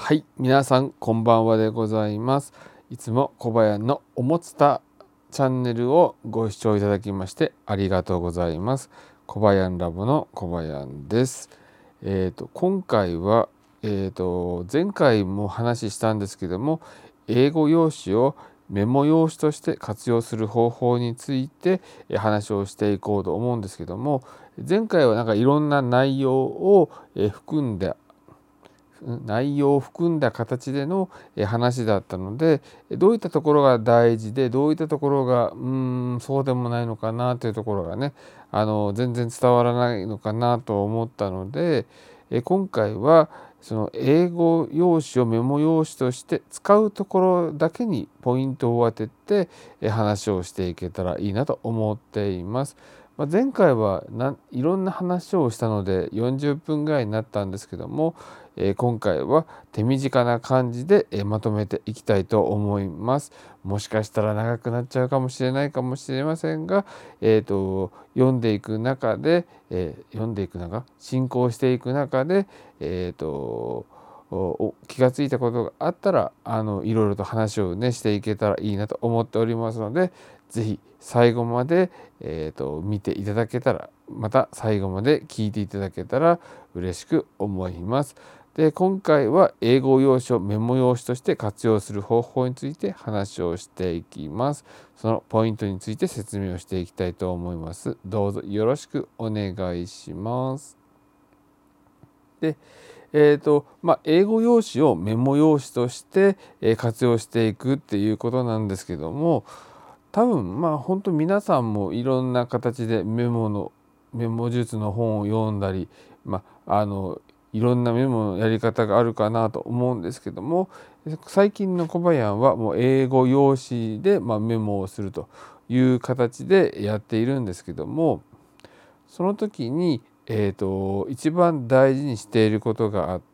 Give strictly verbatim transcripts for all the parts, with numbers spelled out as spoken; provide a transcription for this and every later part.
はい、皆さんこんばんはでございます。いつも小林のおもつたチャンネルをご視聴いただきましてありがとうございます。小林ラボの小林です。えっ、と今回はえっ、と前回も話したんですけども、英語用紙をメモ用紙として活用する方法についてえ話をしていこうと思うんですけども、前回はなんかいろんな内容をえ含んで内容を含んだ形での話だったので、どういったところが大事でどういったところがうーんそうでもないのかなというところがね、あの全然伝わらないのかなと思ったので、今回はその英語用紙をメモ用紙として使うところだけにポイントを当てて話をしていけたらいいなと思っています。まあ、前回はないろんな話をしたのでよんじゅっぷんぐらいになったんですけども、えー、今回は手短な感じで、えー、まとめていきたいと思います。もしかしたら長くなっちゃうかもしれないかもしれませんが、えーと、読んでいく中で、えー、読んでいく中進行していく中で、えーと気がついたことがあったらあのいろいろと話をねしていけたらいいなと思っておりますので、ぜひ最後まで、えーと、見ていただけたら、また最後まで聞いていただけたら嬉しく思います。で、今回は英語用紙をメモ用紙として活用する方法について話をしていきます。そのポイントについて説明をしていきたいと思います。どうぞよろしくお願いします。で、えーとまあ、英語用紙をメモ用紙として活用していくっていうことなんですけども、多分まあ本当皆さんもいろんな形でメモのメモ術の本を読んだり、まあ、あのいろんなメモのやり方があるかなと思うんですけども、最近の小林はもう英語用紙でまあメモをするという形でやっているんですけども、その時に、えーと、一番大事にしていることがあって、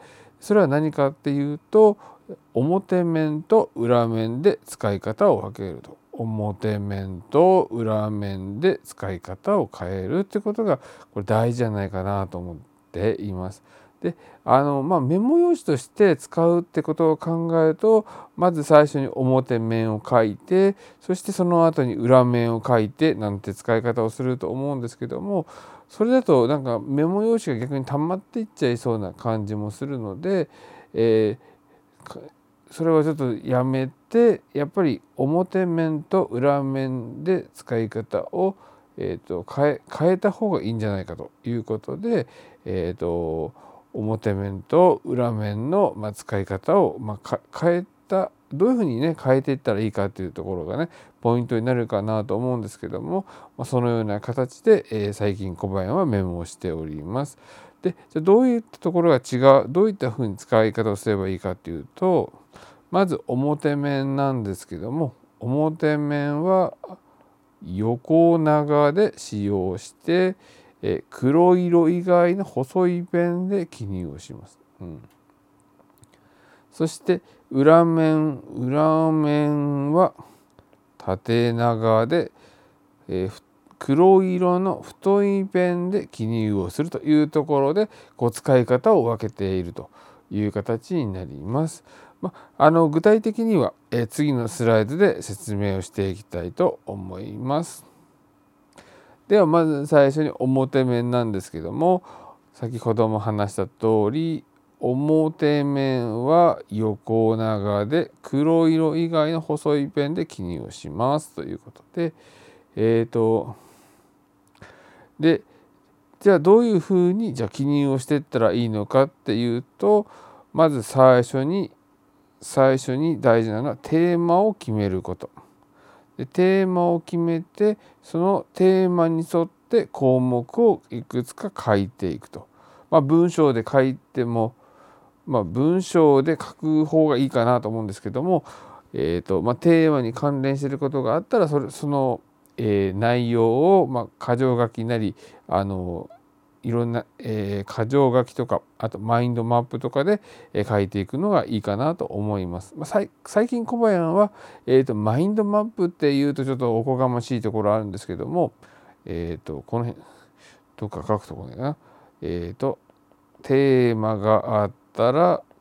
それは何かっていうと、表面と裏面で使い方を分けると。表面と裏面で使い方を変えるってことがこれ大事じゃないかなと思っています。で、あのまあメモ用紙として使うってことを考えると、まず最初に表面を書いて、そしてその後に裏面を書いてなんて使い方をすると思うんですけども、それだとなんかメモ用紙が逆に溜まっていっちゃいそうな感じもするので、えー、それはちょっとやめて、やっぱり表面と裏面で使い方を、えー、と変え変えた方がいいんじゃないかということで、えー、と表面と裏面の、まあ、使い方を、まあ、変えたどういうふうにね変えていったらいいかっていうところがねポイントになるかなと思うんですけども、まあ、そのような形で、えー、最近小林はメモをしております。で、じゃあどういったところが違う、どういったふうに使い方をすればいいかっていうと、まず表面なんですけども、表面は横長で使用して、え黒色以外の細いペンで記入をします。うん、そして裏面裏面は縦長で、えー、黒色の太いペンで記入をするというところでこう使い方を分けているという形になります。まあ、あの具体的には、えー、次のスライドで説明をしていきたいと思います。ではまず最初に表面なんですけども、先ほども話した通り、表面は横長で黒色以外の細いペンで記入をしますということで、えっ、ー、とでじゃあどういうふうにじゃあ記入をしていったらいいのかっていうと、まず最初に最初に大事なのはテーマを決めること。でテーマを決めて、そのテーマに沿って項目をいくつか書いていくと。まあ、文章で書いても、まあ、文章で書く方がいいかなと思うんですけども、えーとまあ、テーマに関連していることがあったらそれその、えー、内容を、まあ、箇条書きなりあのいろんな、えー、箇条書きとかあとマインドマップとかで、えー、書いていくのがいいかなと思います。まあ、最近小林は、えーと、マインドマップっていうとちょっとおこがましいところあるんですけども、えーとこの辺とか書くところねな、えーとテーマがあったら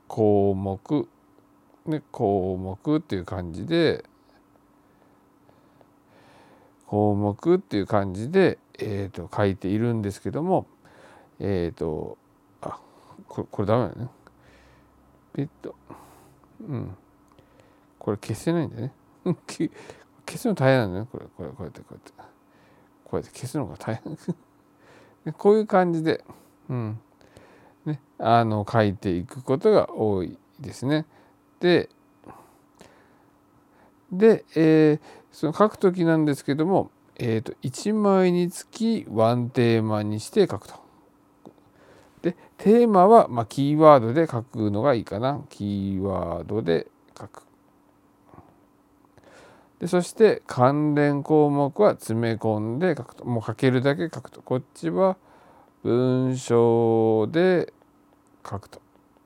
項目、ね、項目っていう感じで項目っていう感じで、えー、と書いているんですけども、えっ、ー、とあこれこれダメだね。ピッとうんこれ消せないんだよね。消すの大変なんだよね。これこれこうやってこうやってこうやって消すのが大変。こういう感じで、うんね、あの書いていくことが多いですね。でで、えー、その書くときなんですけども、えー、といちまいにつきワンテーマにして書くと。でテーマは、まあ、キーワードで書くのがいいかな。キーワードで書く。でそして関連項目は詰め込んで書くと。もう書けるだけ書くと。こっちは文章で書くと。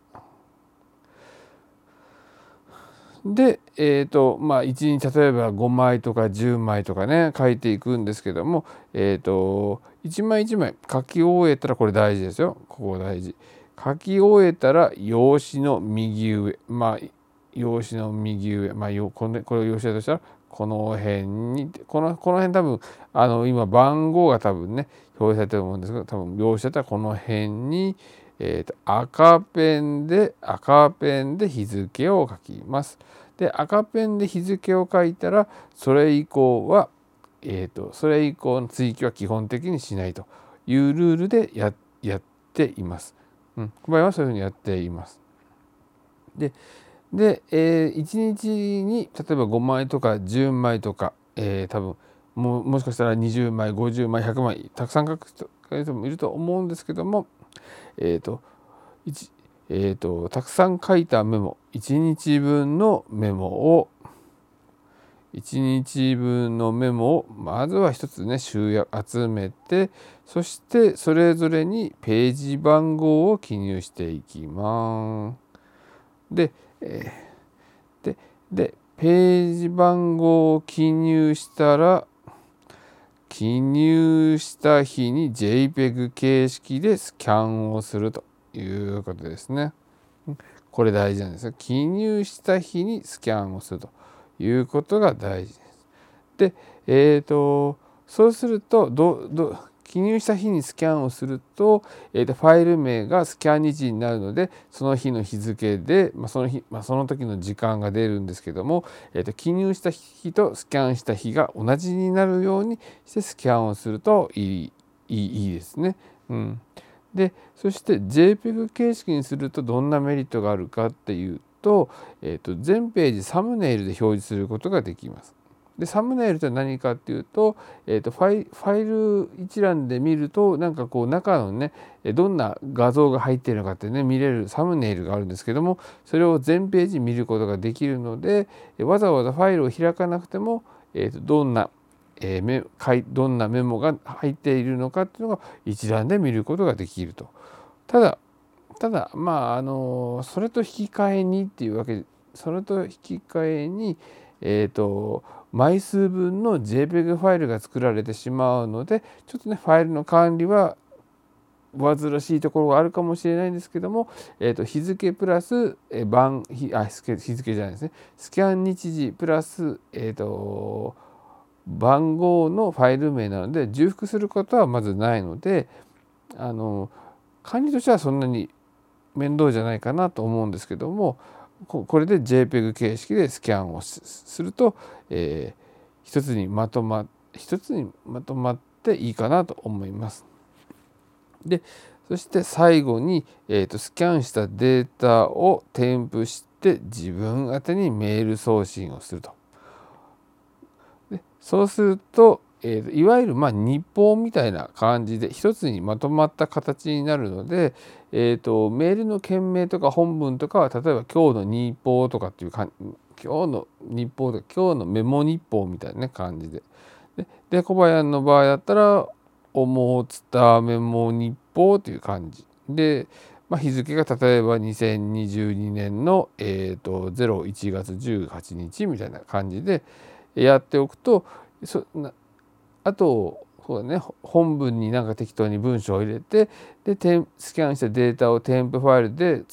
で、えーとまあ、いちにち例えばごまいとかじゅうまいとかね書いていくんですけども、えーといちまいいちまい書き終えたら、これ大事ですよ。ここ大事。書き終えたら用紙の右上、まあ用紙の右上、まあこれこれを用紙だとしたらこの辺にこのこの辺多分あの今番号が多分ね表示されてると思うんですけど、多分用紙だったらこの辺に、えーと赤ペンで赤ペンで日付を書きます。で赤ペンで日付を書いたらそれ以降は、えーとそれ以降の追記は基本的にしないというルールで や, やっています。うん、小林はそういうふうにやっています。でで、えー、いちにちに例えばごまいとかじゅうまいとか、えー、多分ももしかしたらにじゅうまいごじゅうまいひゃくまいたくさん書く人もいると思うんですけども、えーとえーとたくさん書いたメモいちにちぶんのメモをいちにちぶんのメモをまずは一つね集約集めて、そしてそれぞれにページ番号を記入していきます。で、えー、ででページ番号を記入したら記入した日に ジェイペグ 形式でスキャンをするということですね。これ大事なんですよ。記入した日にスキャンをするということが大事です。で、えーと、そうするとどど記入した日にスキャンをすると、えーと、ファイル名がスキャン日時になるので、その日の日付で、まあ、その日、まあ、その時の時間が出るんですけども、えーと、記入した日とスキャンした日が同じになるようにしてスキャンをするといい、いい、いいですね。うん、でそして ジェイペグ 形式にするとどんなメリットがあるかっていうと、えーと、全ページサムネイルで表示することができます。でサムネイルとは何かっていうと、えーと、ファイ、ファイル一覧で見るとなんかこう中のねどんな画像が入っているのかってね見れるサムネイルがあるんですけども、それを全ページ見ることができるので、わざわざファイルを開かなくても、えーと、どんなえー、どんなメモが入っているのかっていうのが一覧で見ることができると。ただただまああのそれと引き換えにっていうわけで、それと引き換えにえっ、ー、と枚数分の ジェイペグ ファイルが作られてしまうので、ちょっとねファイルの管理は煩わしいところがあるかもしれないんですけども、えー、と日付プラス番日あ日付じゃないですねスキャン日時プラスえっ、ー、と番号のファイル名なので重複することはまずないので、あの管理としてはそんなに面倒じゃないかなと思うんですけども、これで ジェイペグ 形式でスキャンをすると、えー、一つにまとま一つにまとまっていいかなと思います。でそして最後に、えーと、スキャンしたデータを添付して自分宛にメール送信をすると。でそうすると、えー、いわゆるまあ日報みたいな感じで一つにまとまった形になるので、えーと、メールの件名とか本文とかは例えば今日の日報とかっていうか今日の日報とか今日のメモ日報みたいな、ね、感じで。で、で小林の場合だったらおもつたメモ日報という感じで、まあ、日付が例えばにせんにじゅうにねんの、えーと、ゼロいちがつじゅうはちにちみたいな感じでやっておくと、そなあとそうだね、本文になんか適当に文章を入れて、でスキャンしたデータを添付ファイルで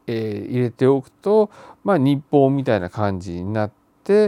えー入れておくと、まあ、日報みたいな感じになって、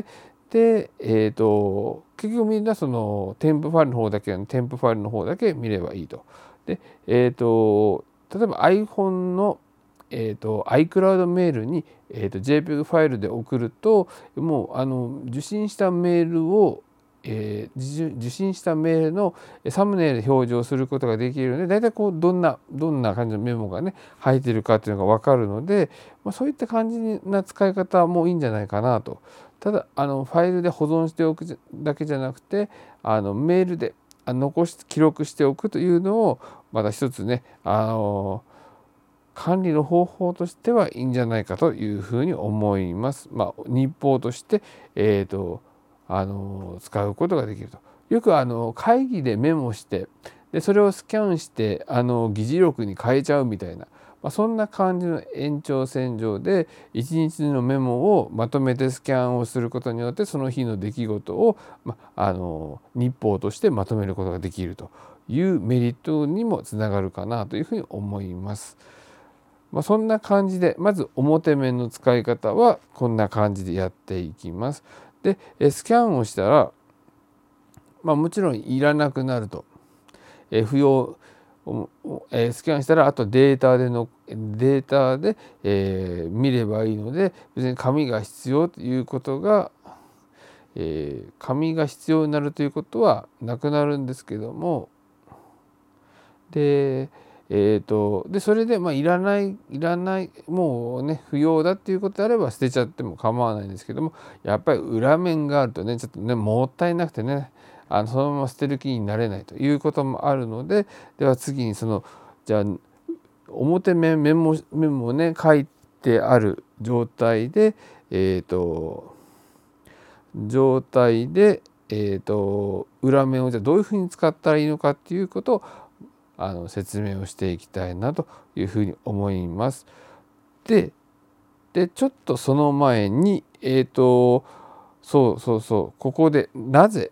で、えー、と結局みんなその添付ファイルの方だけ添付ファイルの方だけ見ればいいと。で、えー、と例えば iPhone の、えー、と iCloud メールに、えー、と ジェイピージー ファイルで送ると、もうあの受信したメールをえー、受信したメールのサムネイルで表示をすることができるので、大体こうどんなどんな感じのメモがね入っているかっていうのが分かるので、まあ、そういった感じな使い方もいいんじゃないかなと。ただあのファイルで保存しておくだけじゃなくて、あのメールで残し記録しておくというのをまた一つね、あの管理の方法としてはいいんじゃないかというふうに思います。まあ、日報として、えーとあの使うことができると。よくあの会議でメモして、でそれをスキャンしてあの議事録に変えちゃうみたいな、まあ、そんな感じの延長線上でいちにちのメモをまとめてスキャンをすることによって、その日の出来事を、まあ、あの日報としてまとめることができるというメリットにもつながるかなというふうに思います。まあ、そんな感じで、まず表面の使い方はこんな感じでやっていきます。でスキャンをしたら、まあ、もちろんいらなくなると、え不要、えスキャンしたらあとデータでのデータで、えー、見ればいいので、別に紙が必要ということが、えー、紙が必要になるということはなくなるんですけども、でえー、とでそれで、まあ、いらないいらないもうね不要だっていうことであれば捨てちゃっても構わないんですけども、やっぱり裏面があるとねちょっとねもったいなくてね、あのそのまま捨てる気になれないということもあるので、では次にそのじゃあ表面メモメモね書いてある状態でえっ、ー、と状態でえー、と裏面をじゃあどういうふうに使ったらいいのかっていうことをあの説明をしていきたいなというふうに思います。で、でちょっとその前にえっ、ー、とそうそうそうここでなぜ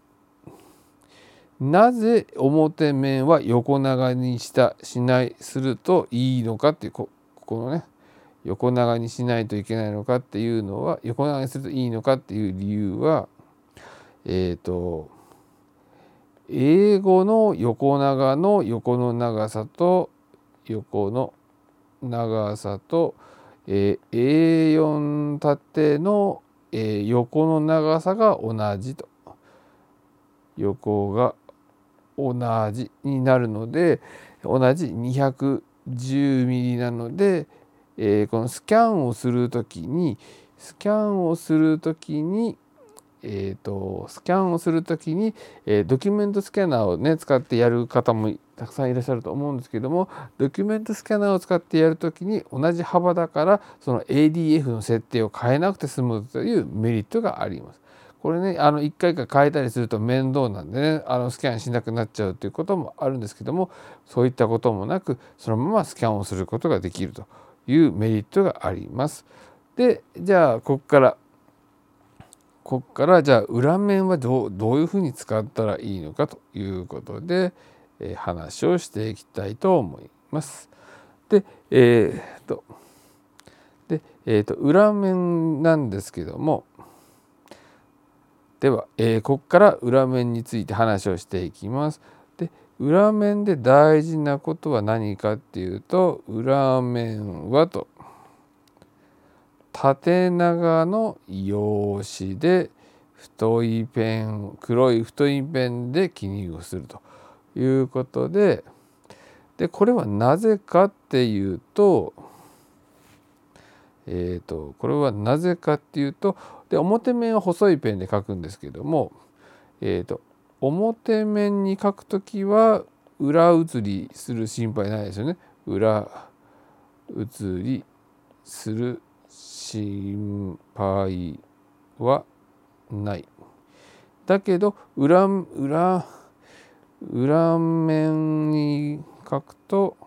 なぜ表面は横長にしたしないするといいのかっていうここのね横長にしないといけないのかっていうのは、横長にするといいのかっていう理由は、えっ、ー、と英語の横長の横の長さと横の長さと、えー、エーよん 縦の、えー、横の長さが同じと、横が同じになるので、同じにひゃくじゅうミリなので、えー、このスキャンをするときにスキャンをするときにえーと、スキャンをするときに、えー、ドキュメントスキャナーをね使ってやる方もたくさんいらっしゃると思うんですけども、ドキュメントスキャナーを使ってやるときに同じ幅だからその エーディーエフ の設定を変えなくて済むというメリットがあります。これねあのいっかいか変えたりすると面倒なんでね、あのスキャンしなくなっちゃうということもあるんですけども、そういったこともなくそのままスキャンをすることができるというメリットがあります。でじゃあここからここからじゃあ裏面はどう、どういうふうに使ったらいいのかということで、えー、話をしていきたいと思います。で、えー、っとで、えー、っと裏面なんですけども、では、えー、ここから裏面について話をしていきます。で、裏面で大事なことは何かっていうと、裏面はと縦長の用紙で太いペン黒い太いペンで記入をするということで、でこれはなぜかっていうとえっ、ー、とこれはなぜかっていうと、で表面は細いペンで書くんですけども、えっ、ー、と表面に書くときは裏写りする心配ないですよね。裏写りする心配はない。だけど裏裏裏面に書くと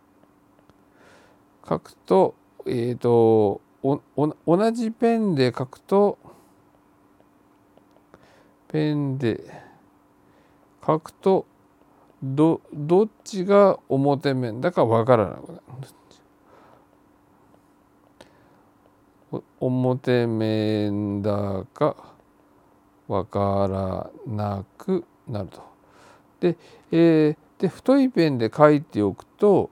書くとえっ、ー、とおお同じペンで書くとペンで書くとどどっちが表面だかわからなくなる。 表面だかわからなくなると。で、えー、で太いペンで書いておくと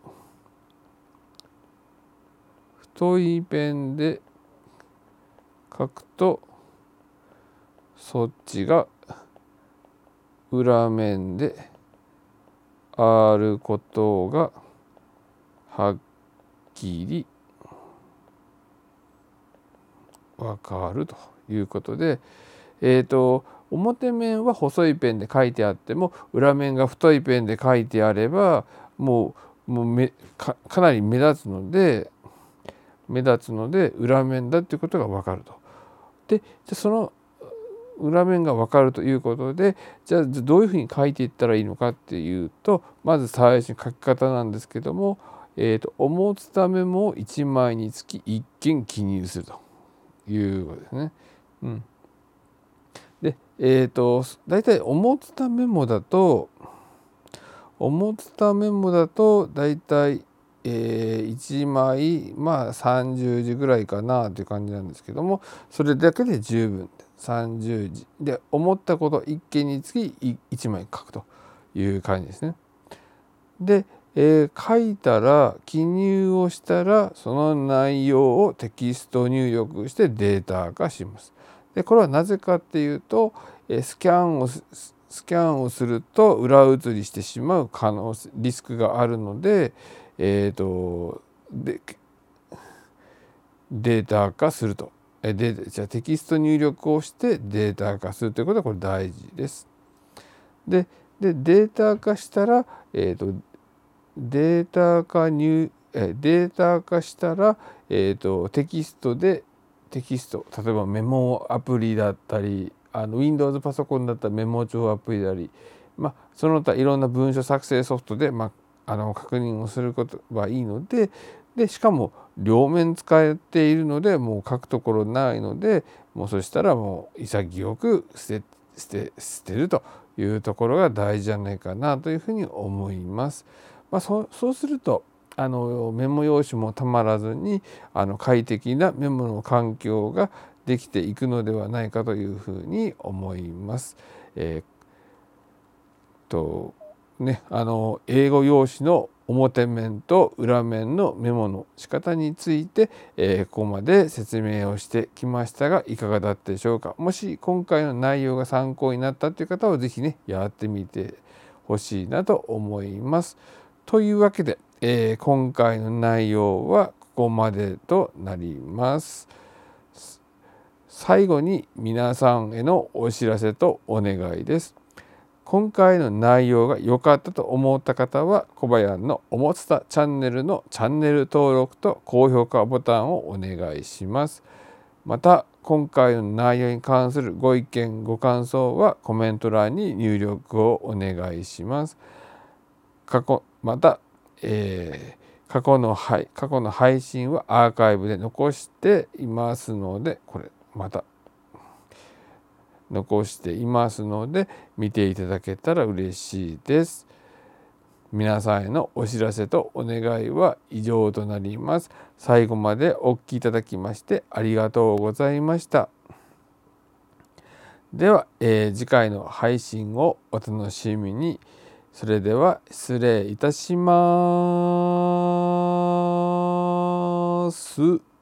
太いペンで書くとそっちが裏面であることがはっきりわかるということで、えーと、表面は細いペンで書いてあっても裏面が太いペンで書いてあればもう、もうめ か, かなり目立つので目立つので裏面だということがわかると。でその裏面が分かるということで、じゃあどういうふうに書いていったらいいのかっていうと、まず最初に書き方なんですけども、えーと、おもつたメモをいちまいにつきいっけん記入するということですね。うん、で、えーと、大体おもつたメモだとおもつたメモだと大体えー、いちまいまあさんじゅうじぐらいかなという感じなんですけども、それだけで十分さんじゅうじで思ったこといっけんにつきいちまい書くという感じですね。で、えー、書いたら記入をしたらその内容をテキスト入力してデータ化します。でこれはなぜかっていうと、えー、スキャンをスキャンをすると裏写りしてしまう可能性リスクがあるので、えーと、でデータ化すると。でじゃあテキスト入力をしてデータ化するということはこれ大事です。で、でデータ化したら、えーと、データ化入えデータ化したら、えーと、テキストでテキスト例えばメモアプリだったりあの Windows パソコンだったらメモ帳アプリだり、まあ、その他いろんな文書作成ソフトで、まあ、あの確認をすることはいいので、でしかも両面使えているのでもう書くところないので、もうそしたらもう潔く捨て捨て捨てるというところが大事じゃないかなというふうに思います。まあ、そそうするとあのメモ用紙もたまらずにあの快適なメモの環境ができていくのではないかというふうに思います。えー、とねあの英語用紙の表面と裏面のメモの仕方について、えー、ここまで説明をしてきましたがいかがだったでしょうか。もし今回の内容が参考になったという方は是非ねやってみてほしいなと思います。というわけで、えー、今回の内容はここまでとなります。最後に皆さんへのお知らせとお願いです。今回の内容が良かったと思った方は小林のおもつたチャンネルのチャンネル登録と高評価ボタンをお願いします。また今回の内容に関するご意見ご感想はコメント欄に入力をお願いします。過去また、えー、過去の配過去の配信はアーカイブで残していますので、これまた残していますので見ていただけたら嬉しいです。皆さんへのお知らせとお願いは以上となります。最後までお聞きいただきましてありがとうございました。では、えー、次回の配信をお楽しみに。それでは失礼いたします。